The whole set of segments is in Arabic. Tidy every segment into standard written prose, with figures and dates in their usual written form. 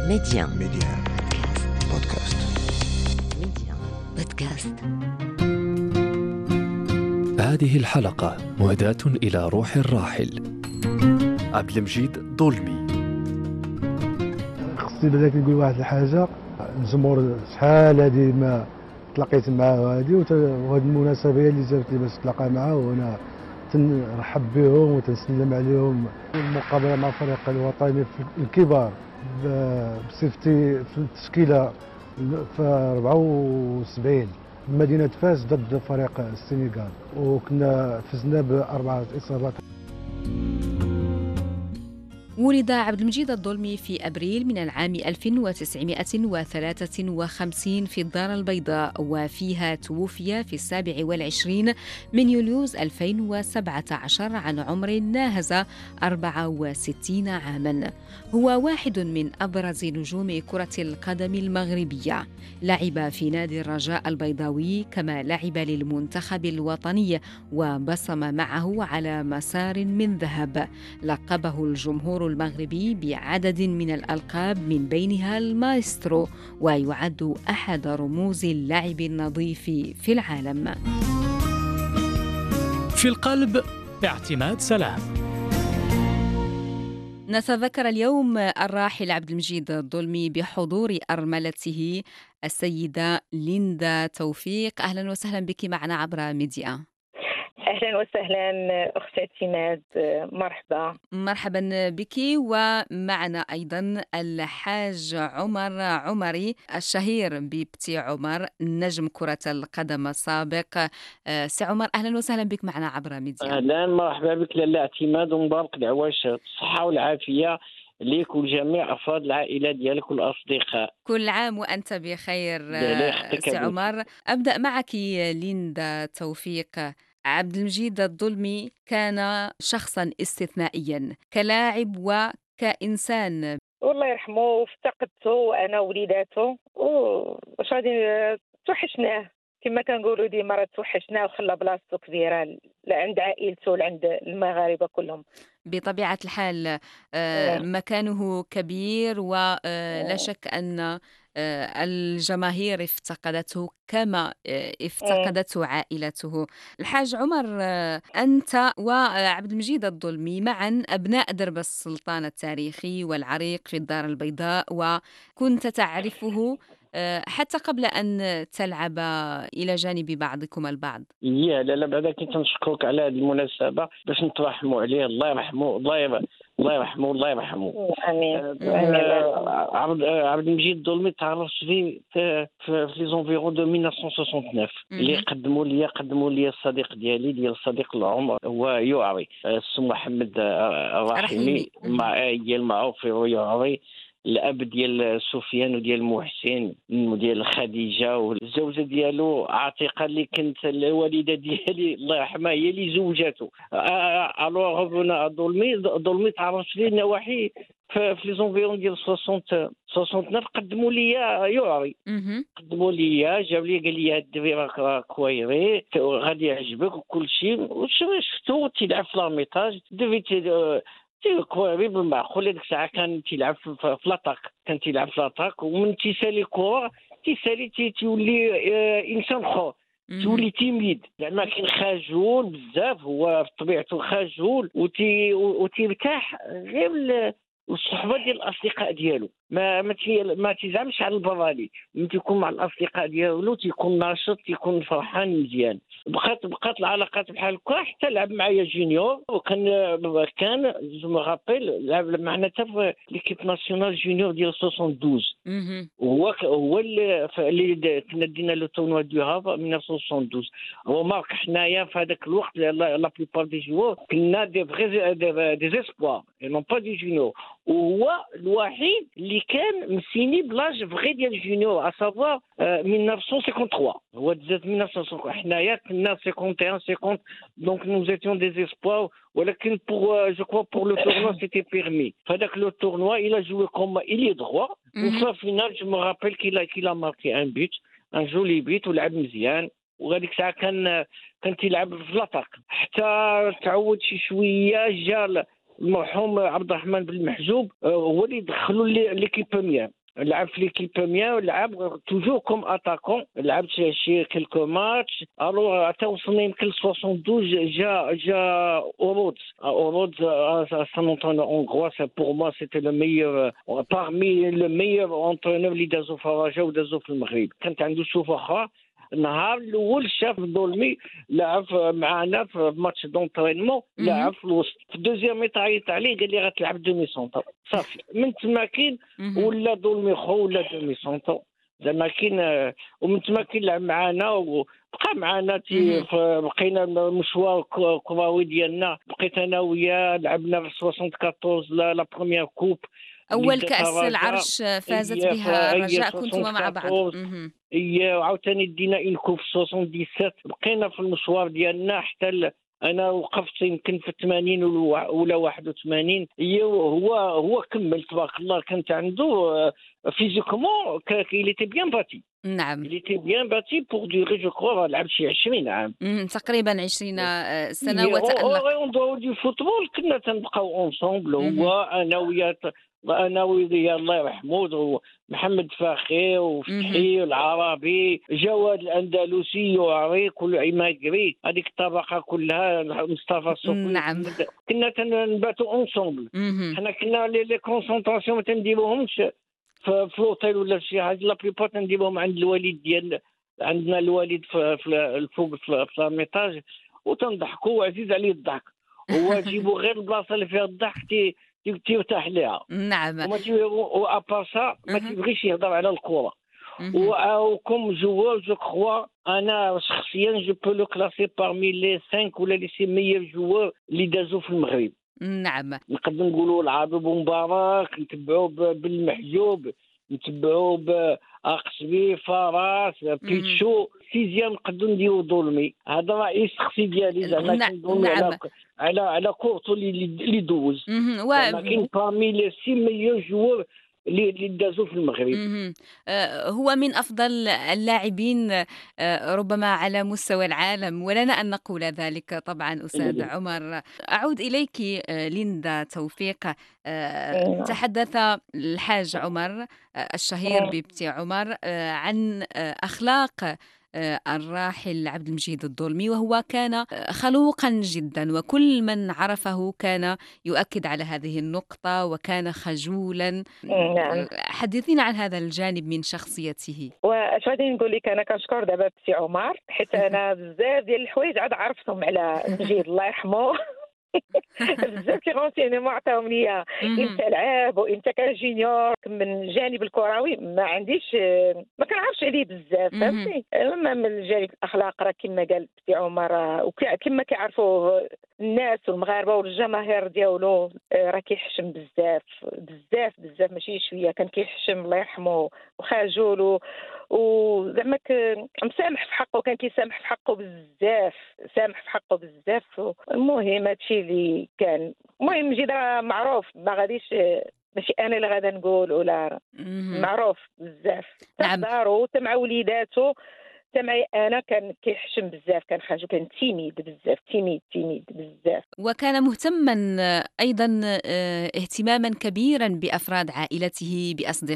ميديان بودكاست. ميديان بودكاست. هذه الحلقة مهداة إلى روح الراحل عبد المجيد ظلمي. خصني بداك نقول واحد الحاجة، الجمهور شحال هذه ما تلاقيت معاه هذه، وهذه المناسبة هي اللي جابت لي باش نتلاقى معاه، وانا تنرحب بهم وتنسلم عليهم. المقابلة مع الفريق الوطني الكبار بصفتي في التشكيلة في 74 مدينة فاس ضد فريق السنغال، وكنا فزنا ب4 إصابات. ولد عبد المجيد الظلمي في أبريل من العام 1953 في الدار البيضاء، وفيها توفي في 27 من يوليوز 2017 عن عمر ناهز 64 عاماً. هو واحد من أبرز نجوم كرة القدم المغربية. لعب في نادي الرجاء البيضاوي، كما لعب للمنتخب الوطني وبصم معه على مسار من ذهب. لقبه الجمهور المغربي بعدد من الألقاب، من بينها المايسترو، ويعد أحد رموز اللعب النظيف في العالم. في القلب اعتماد سلام. نتذكر اليوم الراحل عبد المجيد الظلمي بحضور أرملته السيدة ليندا توفيق. أهلا وسهلا بك معنا عبر ميديا. أهلا وسهلا أختي اعتماد، مرحبا بك. ومعنا أيضا الحاج عمر عمري الشهير ببتي عمر، نجم كرة القدم السابق. سي عمر، أهلا وسهلا بك معنا عبر ميديا. أهلا، مرحبا بك لاله اعتماد، ومبارك العواش، الصحة والعافية ليك ولجميع أفراد العائلة ديالك والأصدقاء. كل عام وأنت بخير سي عمر. أبدأ معك ليندا توفيق. عبد المجيد الظلمي كان شخصا استثنائيا كلاعب وكإنسان. والله يرحمه، وافتقدته أنا ووليداته، وش غادي توحشناه كما كنقولوا ديما، راه توحشناه وخلى بلاصتو كبيرة عند عائلته وعند المغاربة كلهم. بطبيعة الحال مكانه كبير، ولا شك أن الجماهير افتقدته كما افتقدته عائلته. الحاج عمر، أنت وعبد المجيد الظلمي معا أبناء درب السلطان التاريخي والعريق في الدار البيضاء، وكنت تعرفه حتى قبل أن تلعب إلى جانب بعضكم البعض. لا بعدا كنت نشكرك على هذه المناسبة باش نترحموا عليه. الله يرحمه، الله يرحمه، الله يرحمه. امين. عبد المجيد الظلمي تعرفت فيه في لي زونفيرون دو 1969 اللي قدموا لي الصديق ديال الصديق العمر هو يعري، السم محمد الرحيمي، المعروف يعري، الاب ديال سفيان وديال محسن وديال خديجه، والزوجه ديالو عتيقه اللي كانت الوالده ديالي الله يرحمها هي اللي زوجاته. الوغ ربنا الظلمي تعرفت لي نواحي في لي زونفيرون ديال 69 قدموا لي يعري، قدموا لي، جاب لي قال لي هاد الدري راه كويري غادي يعجبك وكل شيء، شفتو تيلعب في لارميطاج دري كويري بالمعقول. هذيك الساعه كان تيلعب في لاطاك، ومن تيسالي الكره تيولي انسان اخر، تولي تيميد، زعما كاين خجول بزاف، هو بطبيعته خجول وتيرتاح غير الصحبه ديال الاصدقاء ديالو، ما تيزعمش على البرالي، ملي تيكون مع الاصدقاء ديالو تيكون ناشط، تيكون فرحان مزيان. بقات العلاقات بحال هكا حتى لعب معايا جونيور، وكان جو مو رابيل لعب معنا حتى في ليكيب ناسيونال جونيور ديال 72. هو اللي كنا دينا لو تورنوا دو هاف 1972. هو مارك حنايا في هذاك الوقت لا بليبار دي جوور كنا دي فغي دي اسبوار اي نون با دي جونيور، وهو الوحيد اللي كان مسيني بلاج فغي ديال الجونيور اسافوار 1953. هو تزاد 1953، حنايا كنا 51 دونك نو زيتيون دي اسبوار، ولكن pour je crois pour le tournoi c'était permis. فداك لو tournoi il a joué comme il est droit, وفي الفينال je me rappelle qu'il a marqué un but, un joli but, ولعب مزيان. وهذيك الساعه كان تيلعب في لاطاك حتى تعود شي شويه، جا المرحوم عبد الرحمن بن محجوب هو اللي دخلوا ليكيب مياه. لعب في ليكيب مياه ولعب توجور كوم اتاكون، لعب شي كيلكو ماتش. الوغ حتى وصلنا يمكن 72 جا اورودز سان اونترينور اونغوا. سي بور موا سيتي لو ميور بارمي لو ميور اونترينور اللي دازو في الرجاء ودازو في المغرب. كانت عنده شوفه اخرى. النهار الاول شاف ظلمي لعب معنا في ماتش دونترينمون، لعب في الوسط. في الدوزيام ميطا عيط عليه قال لي غتلعب دومي سونتر. صافي من تما كاين ولا ظلمي خو ولا دومي سونتر زعما كاين. ومن تما كاين لعب معنا وبقى معنا. بقينا المشوار الكروي ديالنا. بقيت انا وياه لعبنا في 74 لا بروميير كوب، أول كأس العرش فازت بها الرجاء، كنتم مع بعض. وعاوتاني دينا اون كوب في 77. بقينا في المشوار ديالنا حتى انا وقفت يمكن في 80 ولا 81. هو كمل تبارك الله. كانت عنده فيزيكمون il était bien bâti. نعم. il était bien bâti pour durer جو كرو. لعب شي 20 عام تقريبا 20 سنة وتألق. اون دو دو فوتبول كنا تنبقاو اونصومبل. هو انا ويا الله يرحمه محمد فاخي وفتحي والعربي جواد الاندلسي وعريق والعماقري، هذيك الطبقه كلها مصطفى الصوفي. نعم. كنا تنباتوا اونصومبل. حنا كنا لي كونسونطاسيون ما تنديروهمش في لوطيل ولا في شي حاجه. لا بليبار تنديروهم عند الوالد ديال عندنا الوالد في الفوق في الميطاج وتنضحكوا وعزيز عليه الضحك. هو جيبوا غير البلاصه اللي فيها الضحك ترتاح ليها. نعم. واباسا ما تبغيش يهضر على الكره. وكم جوار جو كخوا انا شخصيا جو بو لو كلاسي بارمي لي 5 ولا لي 6 ميور جوار اللي دازوا في المغرب. نعم. نقدر نقولوا العربي مبارك، نتبعوا بالمحجوب، نتبعوا باقسبي فراس بيتشو. سيزيام نقدروا نديروا ظلمي. هذا رئيس الشخصي ديالي زعما كنظن على كورتو اللي دوز. كاين بارمي لي 6 ميور جوار اللي دازوا في المغرب. هو من أفضل اللاعبين ربما على مستوى العالم، ولنا أن نقول ذلك طبعا. أستاذ عمر، أعود إليك ليندا توفيق. تحدث الحاج عمر الشهير بابتي عمر عن أخلاق الراحل عبد المجيد الظلمي، وهو كان خلوقا جدا، وكل من عرفه كان يؤكد على هذه النقطة، وكان خجولا. حدثينا عن هذا الجانب من شخصيته. واش غادي نقول لك، انا كنشكر دابا بسي عمر حيت انا بزاف ديال الحوايج عاد عرفتهم على مجيد الله يرحمه. بزاف كي غونسينيمون عطاهم ليا امتى لعب وامتى كان جونيور. من الجانب الكروي ما عنديش، ما كنعرفش عليه بزاف فهمتي. اما من الجانب الاخلاق راه كما قال بسي عمر وكما كيعرفوا الناس والمغاربه والجماهير ديالو، راه كيحشم بزاف بزاف بزاف ماشي شويه. كان كيحشم الله يرحمه وخجول وزعما مسامح في حقه. كان كيسامح في حقه بزاف، سامح في حقه بزاف. المهم هادشي اللي كان. المهم مجيد راه معروف، ما غاديش ماشي انا اللي غادا نقول ولا معروف بزاف. نعم. دارو تمع وليداتو تمعي انا كان كيحشم بزاف، كان خاجو، كان تيميد بزاف، تيميد بزاف. وكان مهتما ايضا اهتماما كبيرا بافراد عائلته،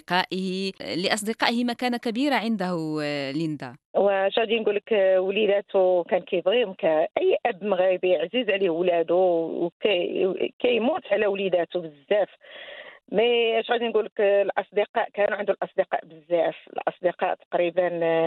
لاصدقائه مكانه كبيره عنده. ليندا، واش غادي نقول لك، وليداتو كان كيبغيهم كاي اب مغربي عزيز عليه ولادو، وكيموت على وليداتو بزاف. مي اش غادي نقول لك، الاصدقاء كانوا عنده الاصدقاء بزاف. الاصدقاء تقريبا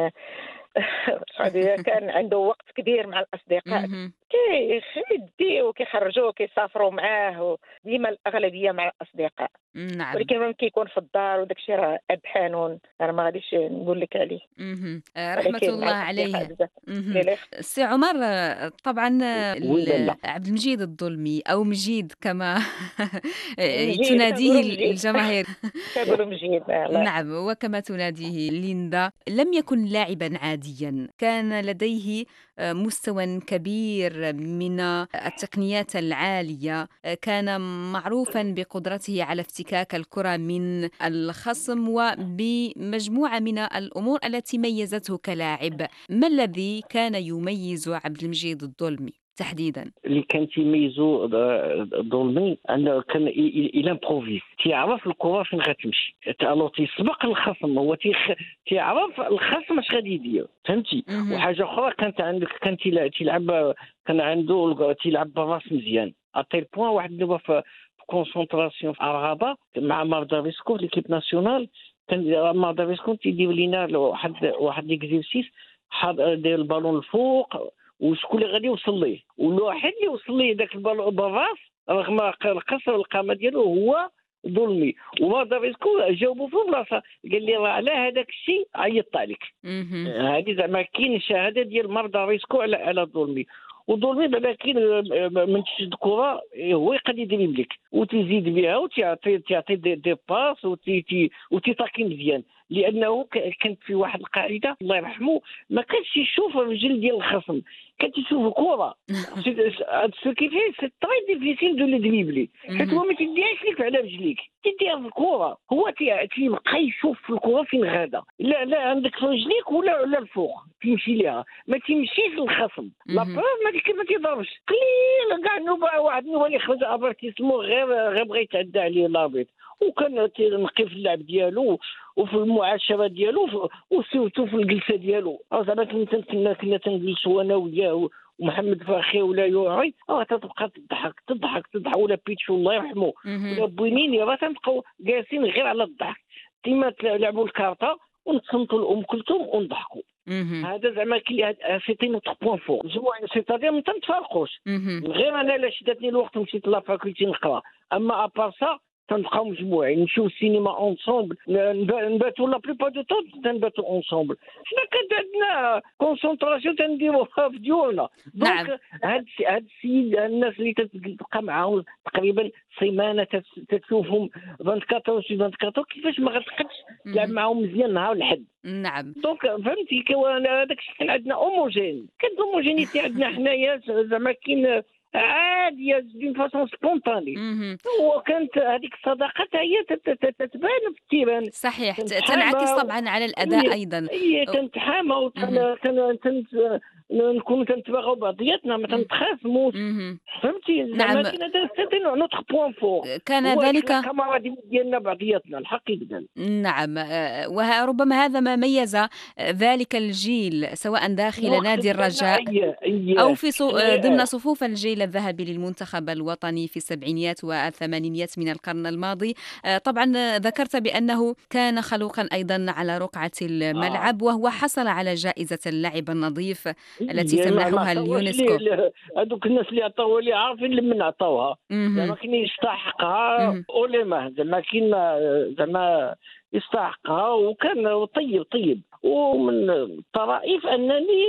كان عنده وقت كبير مع الاصدقاء. كيديو كيخرجوا كيسافروا معاه، ديما الاغلبيه مع الاصدقاء. نعم. ولكن ملي كيكون في الدار وداك الشيء راه اب حانون، انا ما غاديش نقول لك عليه. رحمه الله عليه. سي عمر، طبعا عبد المجيد الظلمي او مجيد كما تناديه الجماهير. كيقولوا مجيد. نعم، وكما تناديه ليندا، لم يكن لاعبا عاديا. كان لديه مستوى كبير من التقنيات العالية. كان معروفا بقدرته على افتكاك الكرة من الخصم وبمجموعة من الأمور التي ميزته كلاعب. ما الذي كان يميز عبد المجيد الظلمي؟ تحديدا؟ اللي كان تيميزو ظلمي انه كان الى امبروفيز، تيعرف الكره فين غتمشي، الو تيسبق الخصم، هو تيعرف الخصم اش غادي يدير، فهمتي. وحاجه اخرى كانت عندك، كان تيلعب، كان عنده تيلعب بالراس مزيان اتيل بوان. واحد اللي في كونسونطراسيون في الرغبه مع ماردافيسكو في ليكيب ناسيونال، كان ماردافيسكو تيدير لينا واحد ليكزيرسيس، داير البالون الفوق وشكون اللي غادي يوصل ليه، والواحد اللي يوصل ليه داك البالون بالراس رغم القصر القامه ديالو هو ظلمي. وماردافيسكو جاوبوا في بلاصه، قال لي راه على هذاك الشيء عيطت عليك. هذه زعما كاين شهاده ديال ماردافيسكو على ظلمي. وظلمي بعدا كاين من تشد الكره هو يقدر يدريبليك وتزيد بها وتعطي دي باس وتيطاكي مزيان، لانه كانت في واحد القاعده الله يرحمه ما كانش يشوف الرجل ديال الخصم، كان تيشوف الكره. كيفاش سي تري ديفيسيل دو لي دريبلي، حيت هو ما تيديهاش لك على رجليك، تديها في الكره، هو تيبقى يشوف في الكره فين غادا، لا عندك في رجليك ولا الفوق تمشي ليها، ما تمشيش للخصم. لا بروف ما تيضربش قليل كاع واحد النوع اللي خرج ابارتيسمو غير بغى يتعدى عليه لابيت، وكان نقي في اللعب ديالو وفي المعاشره ديالو وسيرتو في الجلسه ديالو. زعما كنا تنجلسوا انا وياه ومحمد فاخي ولا يوعي، تبقى تضحك ولا بيتشو الله يرحمه ولا بوينيني، راه تنبقاو جالسين غير على الضحك، ديما تلعبوا الكارطه ونتصنتوا لام كلثوم ونضحكوا. هذا زعما سيتي نوتر بوان فور جموع، سيتادير ما تنتفارقوش. غير انا لا شدتني الوقت مشيت لا فاكولتي نقرا، اما ابار سا تنبقاو مجموعين نمشيو السينما اونصومبل، نباتوا لا بلوبار دو طون تنباتوا اونصومبل. حنا كانت عندنا كونسونطراسيون تنديروها في ديورنا. دونك هاد السيد، الناس اللي تبقى معاهم تقريبا سيمانه تشوفهم 24 سي 24، كيفاش ما غتقدش تلعب معاهم مزيان نهار الحد؟ نعم. دونك فهمتي هذاك الشيء كان عندنا اوموجين، كانت اوموجينيتي عندنا حنايا، زعما كاين عاديه دون فاسون سبونطاني. وكانت هذيك الصداقه هي تتبان في التيران. صحيح، تنعكس طبعا على الاداء ايضا. هي تنتحامى نكونوا تنتباغوا بعضياتنا، ما تنتخاصموش، فهمتي. نعم. كاين نوتر بوان فور كان ذلك الكامارادي ديالنا بعضياتنا الحقيقه. نعم، وربما هذا ما ميز ذلك الجيل سواء داخل نادي الرجاء أو في ضمن صفوف الجيل الذهبي للمنتخب الوطني في السبعينيات والثمانينيات من القرن الماضي. طبعا ذكرت بأنه كان خلوقا أيضا على رقعة الملعب، وهو حصل على جائزة اللاعب النظيف التي تمنحها اليونسكو. هذوك الناس اللي عطاوها لي عارفين لمن عطاوها، زعما كاين يستحقها اوليما، زعما كاين زعما يستحقها، وكان طيب. ومن الطرائف انني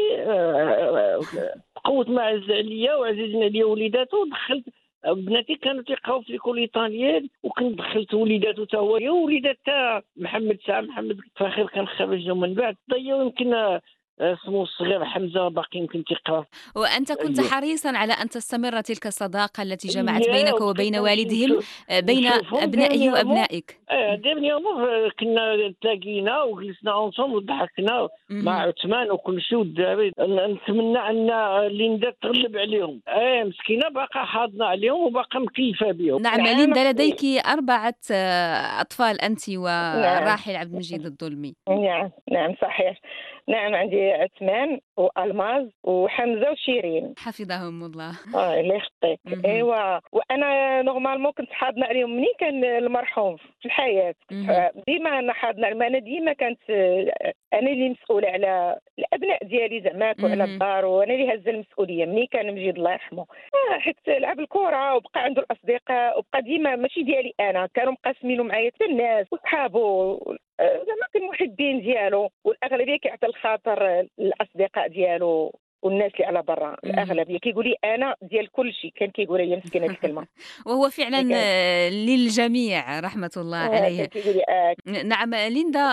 قوت مع عز عليا وعزيزنا عليا وليداته، ودخلت بناتي كانوا تيقراو في ليكول ايطاليان، وكنت دخلت وليداته حتى هو، وليدات تاع محمد فاخر كان خرج من بعد ضيعوا، يمكن اسمه الصغير حمزه باقي يمكن تيقرا. وانت كنت حريصا على ان تستمر تلك الصداقه التي جمعت بينك وبين والدهم، بين ابنائه وابنائك. دابني عمر كنا تلاقينا وجلسنا اونصوم وضحكنا مع عثمان وكل شيء، والدراري نتمنى ان ليندا تغلب عليهم. مسكينه باقا حاضنه عليهم وباقا مكيفه بهم. نعم. ليندا لديك 4 اطفال انت والراحل عبد المجيد الظلمي. نعم صحيح. نعم، عندي عثمان والماز وحمزه وشيرين حفظهم الله. الله يخطيك. ايوا، وانا نورمالمون كنت حاضنه عليهم منين كان المرحوم في الحياه، ديما انا حاضنه، انا ديما كانت انا اللي مسؤوله على الابناء ديالي زعما وعلى الدار، وانا اللي هزه المسؤوليه منين كان مجيد الله يرحمه. حيت لعب الكره وبقى عنده الاصدقاء، وبقى ديما ماشي ديالي انا، كانوا مقاسمينه معايا حتى الناس وصحابه، زعما كانوا محبين ديالو، والاغلبيه كيعطي الخاطر الاصدقاء ديالو والناس اللي على برا. الاغلبيه كيقول لي انا ديال كل شيء، كان كيقول لي مسكينه الكلمه. وهو فعلا للجميع رحمه الله عليه. نعم. ليندا،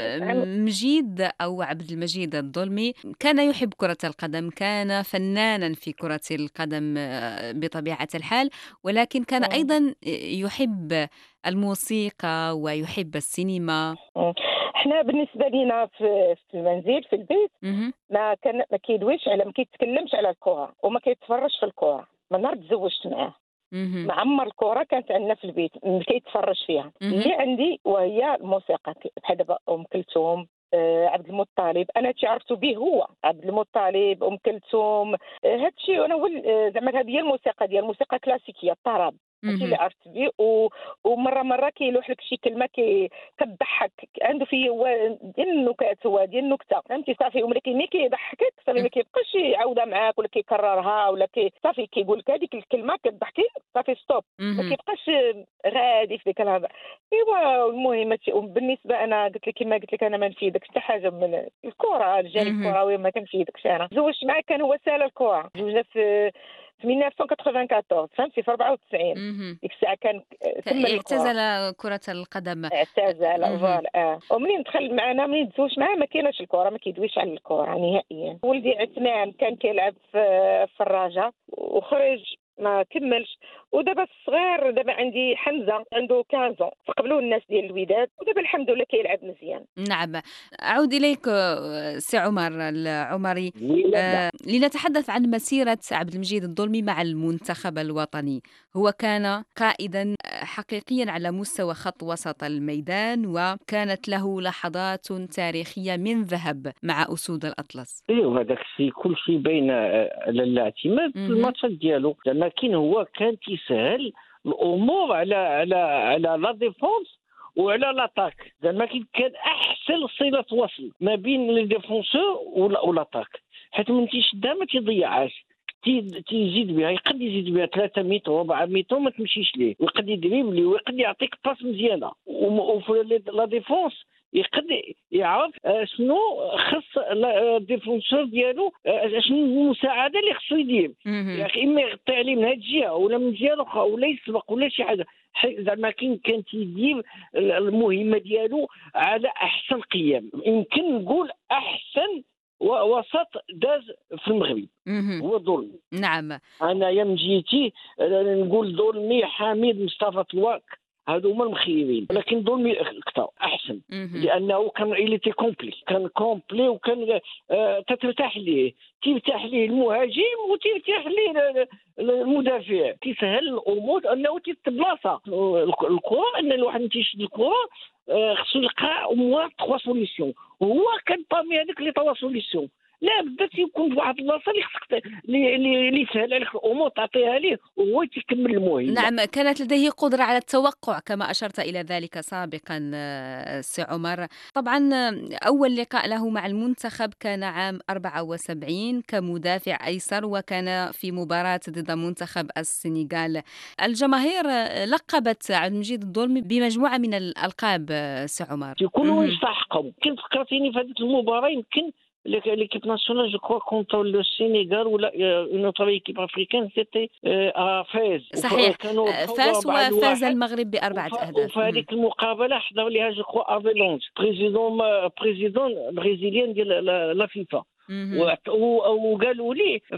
مجيد او عبد المجيد الظلمي كان يحب كره القدم، كان فنانا في كره القدم بطبيعه الحال، ولكن كان ايضا يحب الموسيقى ويحب السينما. احنا بالنسبه لينا في المنزل في البيت ما كيدويش ما كيتكلمش على الكره وما كيتفرجش في الكره. من نهار تزوجت معاه ما عمر الكره كانت عندنا في البيت كيتفرج فيها. اللي عندي وهي الموسيقى بحال دابا ام كلثوم، عبد المطلب. انا تعرفت به هو عبد المطلب، ام كلثوم، هادشي انا هو زعما هذه هي الموسيقى ديال الموسيقى كلاسيكيه الطرب. هادشي اللي عرفت به. ومره كيلوح لك شي كلمه كتضحك، عنده فيه هو ديال النكات، هو ديال النكته فهمتي صافي. ولكن ملي كيضحكك صافي ما كيبقاش يعاودها معاك ولا كيكررها ولا صافي كيقول لك هذيك الكلمه كتضحكي صافي ستوب، ما كيبقاش غادي في ديك الهضره. ايوا المهم بالنسبه انا قلت لك كما قلت لك انا ما نفيدكش حتى حاجه من الكره، الجانب الكروي ما كنفيدكش. انا تزوجت معاه كان هو سال الكره، تزوجنا في 1994 فهمتي في 94 ديك الساعه كان اعتزل كرة القدم. اعتزل فوالا. ومنين دخل معنا منين تزوج معاه ما كايناش الكره، ما كيدويش على الكره نهائيا. ولدي عثمان كان كيلعب في الرجاء وخرج ما كملش. ودابا الصغير دابا عندي حمزه عنده 15 تقبلوه الناس ديال الوداد، ودابا الحمد لله كيلعب مزيان. نعم. اعود اليك سي عمر العمري لنتحدث عن مسيره عبد المجيد الظلمي مع المنتخب الوطني. هو كان قائدا حقيقيا على مستوى خط وسط الميدان، وكانت له لحظات تاريخيه من ذهب مع اسود الاطلس. ايوا هذاك الشيء كل شيء باين على الاعتماد في الماتشات ديالو. لكن هو كان تيسهل الامور على لا ديفونس وعلى لاطاك. زعما كان احسن صله وصل ما بين لي ديفونسور ولاطاك، حيت من تيشدها ما تيضيعهاش، تيزيد بها، يقد يزيد بها 3 متر 4 متر ما تمشيش ليه، ويقد يدريبلي ويقد يعطيك باس مزيانه. وفي لا ديفونس يقد يعرف شنو خص الديفونسور ديالو، شنو المساعده اللي خصو يدير. يا اخي اما يغطي عليه من هذه الجهه ولا من الجهه الاخرى ولا يسبق ولا شي حاجه. زعما كان تيدير المهمه ديالو على احسن قيم. يمكن نقول احسن وسط داز في المغرب هو ظلمي. نعم. انا يا من جيتي نقول ظلمي، حميد، مصطفى طواق، هادو هما المخيرين. لكن ظلمي اكثر احسن لانه كان اليتي كومبلي، كان كومبلي وكان ترتاح ليه المهاجم وترتاح ليه المدافع. تيسهل الامور انه تتبلاصه الكره، ان الواحد تيشد الكره خصو يلقى موان 3 سوليسيون، وهو كان طامي هذيك لي 3 سوليسيون. لا بدا تيكون في واحد البلاصه اللي خصك اللي يسهل عليك الامور تعطيها ليه وهو يكمل المهمه. نعم، كانت لديه قدره على التوقع كما اشرت الى ذلك سابقا سي عمر. طبعا اول لقاء له مع المنتخب كان عام 74 كمدافع ايسر، وكان في مباراه ضد منتخب السنغال. الجماهير لقبت عبد المجيد الظلمي بمجموعه من الالقاب سي عمر يكونوا يستحقوا. كنت فكرتيني في هذه المباراه، يمكن l'équipe nationale, je crois, contre le Sénégal ou une autre équipe africaine, c'était à Fès. صحيح، فاس وفاز المغرب ب4 أهداف. وفي هذيك المقابلة حضر لها جو كخوا افيلونج بريزيدون بريزيليان ديال لا فيفا. وقالوا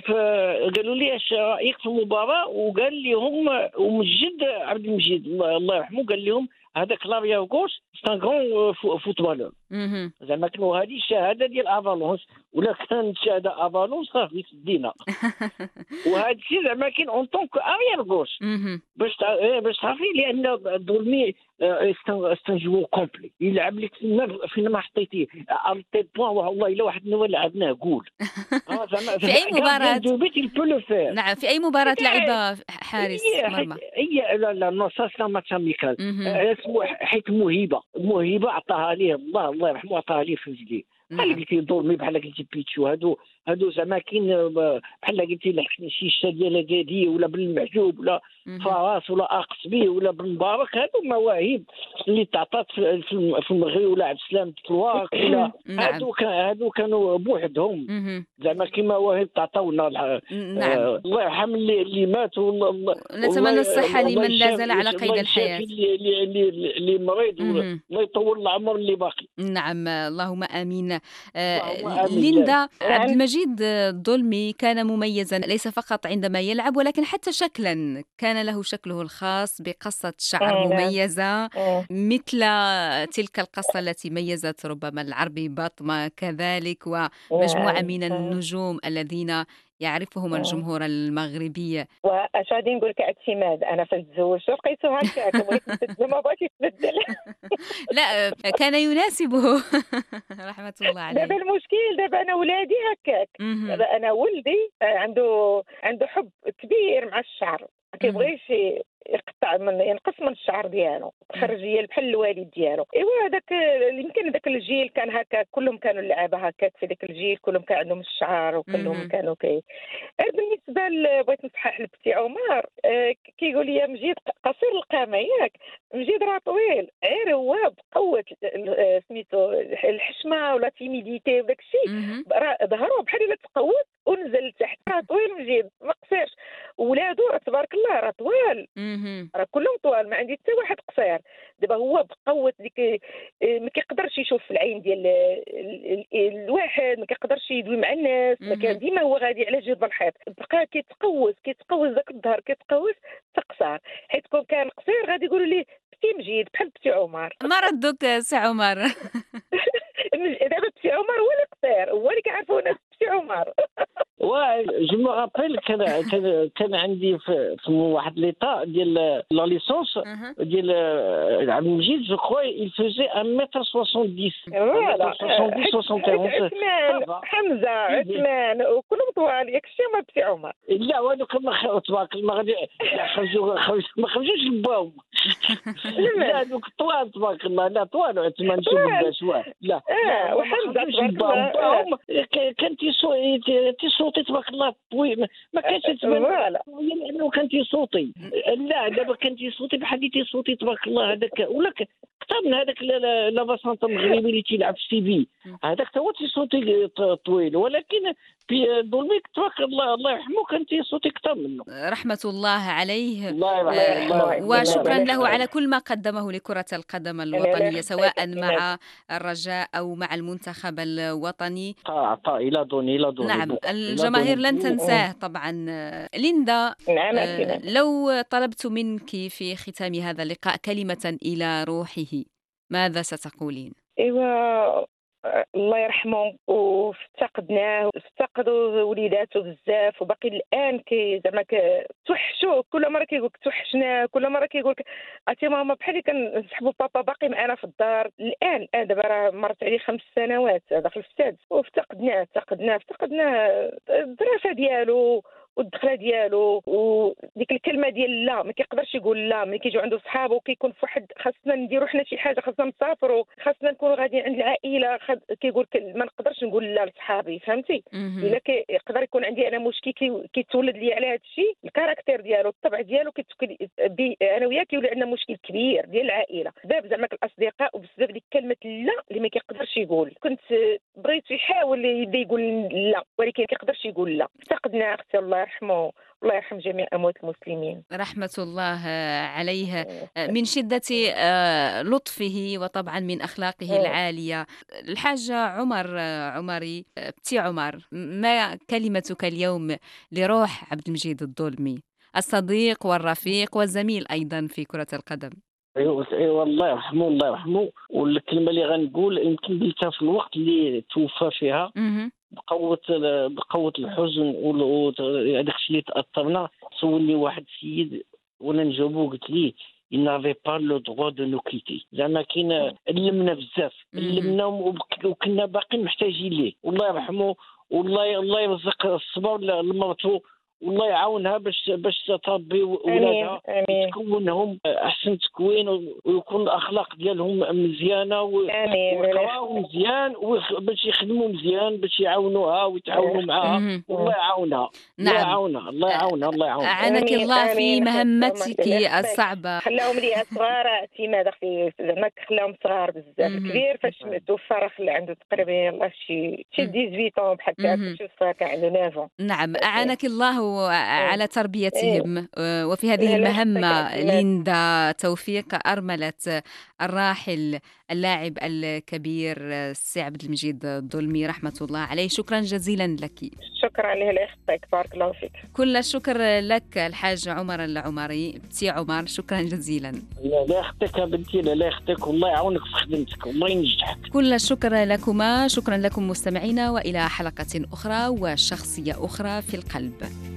لي اش رايك في المباراه، وقال لهم ومجد عبد المجيد الله يرحمه قال لهم هذاك لاريا غوش سي ان غران فوتبالور. زعما كانوا هذه الشهاده ديال افالونس، ولا كانت شهاده افالونس صافي سدينا. وهذا الشيء زعما كاين اون طونك اريير غوش باش تعرفي، لان الظلمي استن جو كومبلي يلعب لك فين ما حطيتيه ارتي بوان. والله الا واحد النوع لعبناه قول في اي مباراه نعم في اي مباراه لعب حارس مرمى. لا نو سا سا ماتش اميكال حيت موهبه عطاها ليه الله يرحمه، عطاها ليه في رجليه. بحال قلتي ظلمي، بحال قلتي بيتشو، هادو زعما كاين بحال قلتي شي شتا ديال اكادي ولا بن المعجوب ولا فراس ولا اقصبي ولا بن مبارك، هادو مواهب اللي تعطات في المغرب ولا عبد السلام تلواق ولا هادو كانوا بوحدهم زعما كي مواهب تعطاونا. الله يرحم اللي ماتوا، نتمنى الصحه لمن لا زال على قيد الحياه، اللي مريض الله يطول العمر اللي باقي. نعم اللهم امين. ليندا، عبد المجيد مجيد الظلمي كان مميزا ليس فقط عندما يلعب ولكن حتى شكلا، كان له شكله الخاص بقصة شعر مميزة مثل تلك القصة التي ميزت ربما العربي باطمة كذلك، ومجموعة من النجوم الذين يعرفهم الجمهور المغربي. واش غادي نقول لك اعتماد، انا فالتزوج لقيته هكاك بغيت نبدل ما بغيتش نبدل. لا كان يناسبه. رحمة الله عليه. دابا المشكل دابا انا ولادي هكاك، دابا انا ولدي عنده حب كبير مع الشعر، كيبغيش ينقص من الشعر ديالو، خرجيه بحال الوالد ديالو. ايوا هذاك يمكن ذاك الجيل كان هكاك، كلهم كانوا اللعابه هكاك في ذاك الجيل، كلهم كان عندهم الشعر وكلهم كانوا بالنسبه بغيت نصحح لبتي عمر، كيقول لي مجيد قصير القامه ياك، مجيد راه طويل، غير هو بقوه سميتو الحشمه ولا تيميديتي وداك الشيء، راه ظهره بحال الا تقوت ونزل لتحت، راه طويل مجيد ما قصيرش. ولادو تبارك الله راه طوال، راه كلهم طوال، ما عندي حتى واحد قصير. دابا هو بقوه ديك ما كيقدرش يشوف في العين ديال الواحد، ما كيقدرش يدوي مع الناس، ما كان ديما هو غادي على جنب الحيط، بقى كيتقوس داك الظهر كيتقوس تقصر، حيت كون كان قصير غادي يقولوا ليه بتي مجيد بحال بتي عمر. ما ردك سي عمر؟ دابا بتي عمر هو اللي قصير، هو اللي كيعرفوا الناس بتي عمر. جو مو رابيل كان عندي في واحد ليطا ديال لا ليسونس ديال عبد المجيد، جو كخوا il faisait 1m70 حمزه عثمان وكلهم طوال، ياك الشيء ما بتي عمر. لا وهذوك ما تبارك الله غادي ما خرجوش لباهم. لا هذوك طوال تبارك الله، لا طوال عثمان شويه لا وحمزه تبارك الله كان تيصوتي تبارك الله طويل، ما كانش تبان لانه كان تيصوتي. لا دابا كان تيصوتي بحال اللي تيصوتي تبارك الله هذاك، ولا اكثر من هذاك لا باسانتا المغربي اللي تيلعب في سي بي، هذاك تا هو تيصوتي طويل، ولكن في الظلمي تبارك الله يرحمه كان تيصوتي اكثر منه. رحمة الله عليه. الله يرحمه. وشكرا له على كل ما قدمه لكرة القدم الوطنية، سواء مع الرجاء أو مع المنتخب الوطني. عطاء إلى دوني نعم الجماهير لن تنساه طبعا. ليندا، لو طلبت منك في ختام هذا اللقاء كلمة إلى روحه ماذا ستقولين؟ ايوا الله يرحمه، وافتقدناه، افتقدوا وليداته بزاف، وباقي الان زعما توحشوه، كل مره كيقول لك توحشناه، كل مره كيقول لك عرفتي ماما بحال كنسحبوا بابا باقي معنا في الدار. الان دابا راه مرت عليه 5 سنوات، داخل في السادس، وافتقدناه الدراسه ديالو والدخله ديالو، وديك الكلمه ديال لا، ما كيقدرش يقول لا. ملي كيجيو عنده صحابه كيكون في واحد، خاصنا نديروا حنا شي حاجه، خاصنا نسافروا، خاصنا نكونوا غاديين عند العائله، كيقول ما نقدرش نقول لا لصحابي، فهمتي؟ الا يقدر يكون عندي انا مشكل كيتولد لي على هذا الشيء، الكاركتير ديالو، الطبع ديالو انا وياه كيولي عندنا مشكل كبير ديال العائله بسبب زعما الاصدقاء، وبسبب ديك كلمه لا اللي ما كيقدرش يقول. كنت بغيت يحاول يبدا يقول لا ولكن ما كيقدرش يقول لا. افتقدنا اختي، الله يرحمه، الله يرحم جميع أموات المسلمين. رحمة الله عليه. من شدة لطفه وطبعا من أخلاقه العالية. الحاج عمري، بتي عمر، ما كلمتك اليوم لروح عبد المجيد الظلمي، الصديق والرفيق والزميل أيضا في كرة القدم؟ ايوا الله يرحمه. والكلمه اللي غنقول يمكن قلتها في الوقت اللي توفى فيها، بقوه الحزن وداك الشيء اللي تاثرنا. سولني واحد السيد وانا نجاوبو، قلت ليه il n'avait pas le droit de nous quitter. زعما كاين علمنا بزاف، علمنا وكنا باقي محتاجين ليه. والله يرحمه، والله يرزق الصبر لمرته، والله يعاونها باش تربي ولادها وتكونهم احسن تكوين، ويكون الاخلاق ديالهم مزيانه ويقراو مزيان باش يخدموا مزيان، باش يعاونوها ويتعاونوا معها. والله يعاونها. نعم. الله يعاونها. اعانك الله في مهمتك الصعبه. خلاهم لي صغار اعتماد اختي، زعما خلاهم صغار بزاف. الكبير فاش توفى راه خلى عنده تقريبا يلاه شي 18 بحال هكا، شي صغار كان عنده 9. نعم اعانك الله على تربيتهم. وفي هذه المهمة ليندا توفيق، أرملة الراحل اللاعب الكبير السي عبد المجيد الظلمي رحمة الله عليه، شكرا جزيلا لك. شكرا لأختك، بارك الله فيك. كل الشكر لك الحاج عمر العمري. بتي عمر شكرا جزيلا. لا اختك بنتي، لا اختك، والله يعاونك في خدمتك، والله ينجحك. كل الشكر لكما، شكرا لكم مستمعينا، وإلى حلقة أخرى وشخصية أخرى في القلب.